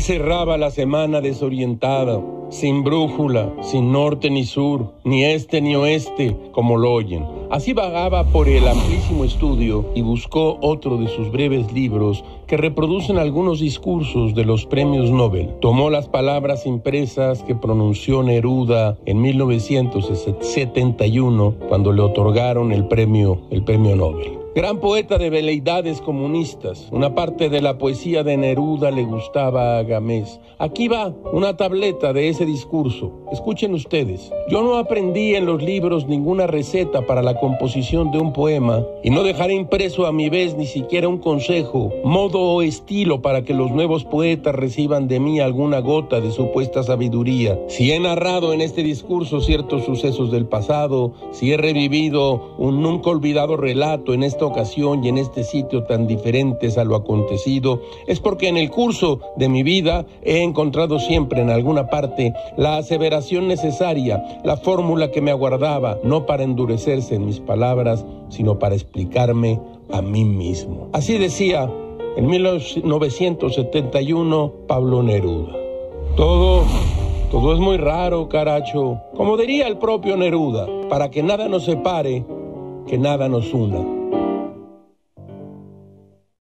cerraba la semana desorientada, sin brújula, sin norte ni sur, ni este ni oeste, como lo oyen. Así vagaba por el amplísimo estudio y buscó otro de sus breves libros que reproducen algunos discursos de los premios Nobel. Tomó las palabras impresas que pronunció Neruda en 1971 cuando le otorgaron el premio Nobel. Gran poeta de veleidades comunistas, una parte de la poesía de Neruda le gustaba a Gamés. Aquí va una tableta de ese discurso. Escuchen ustedes. Yo no aprendí en los libros ninguna receta para la composición de un poema y no dejaré impreso a mi vez ni siquiera un consejo, modo o estilo para que los nuevos poetas reciban de mí alguna gota de supuesta sabiduría. Si he narrado en este discurso ciertos sucesos del pasado, si he revivido un nunca olvidado relato en esta ocasión y en este sitio tan diferentes a lo acontecido, es porque en el curso de mi vida he encontrado siempre en alguna parte la aseveración necesaria, la fórmula que me aguardaba, no para endurecerse en mis palabras, sino para explicarme a mí mismo. Así decía en 1971 Pablo Neruda. Todo es muy raro, caracho. Como diría el propio Neruda, para que nada nos separe, que nada nos una.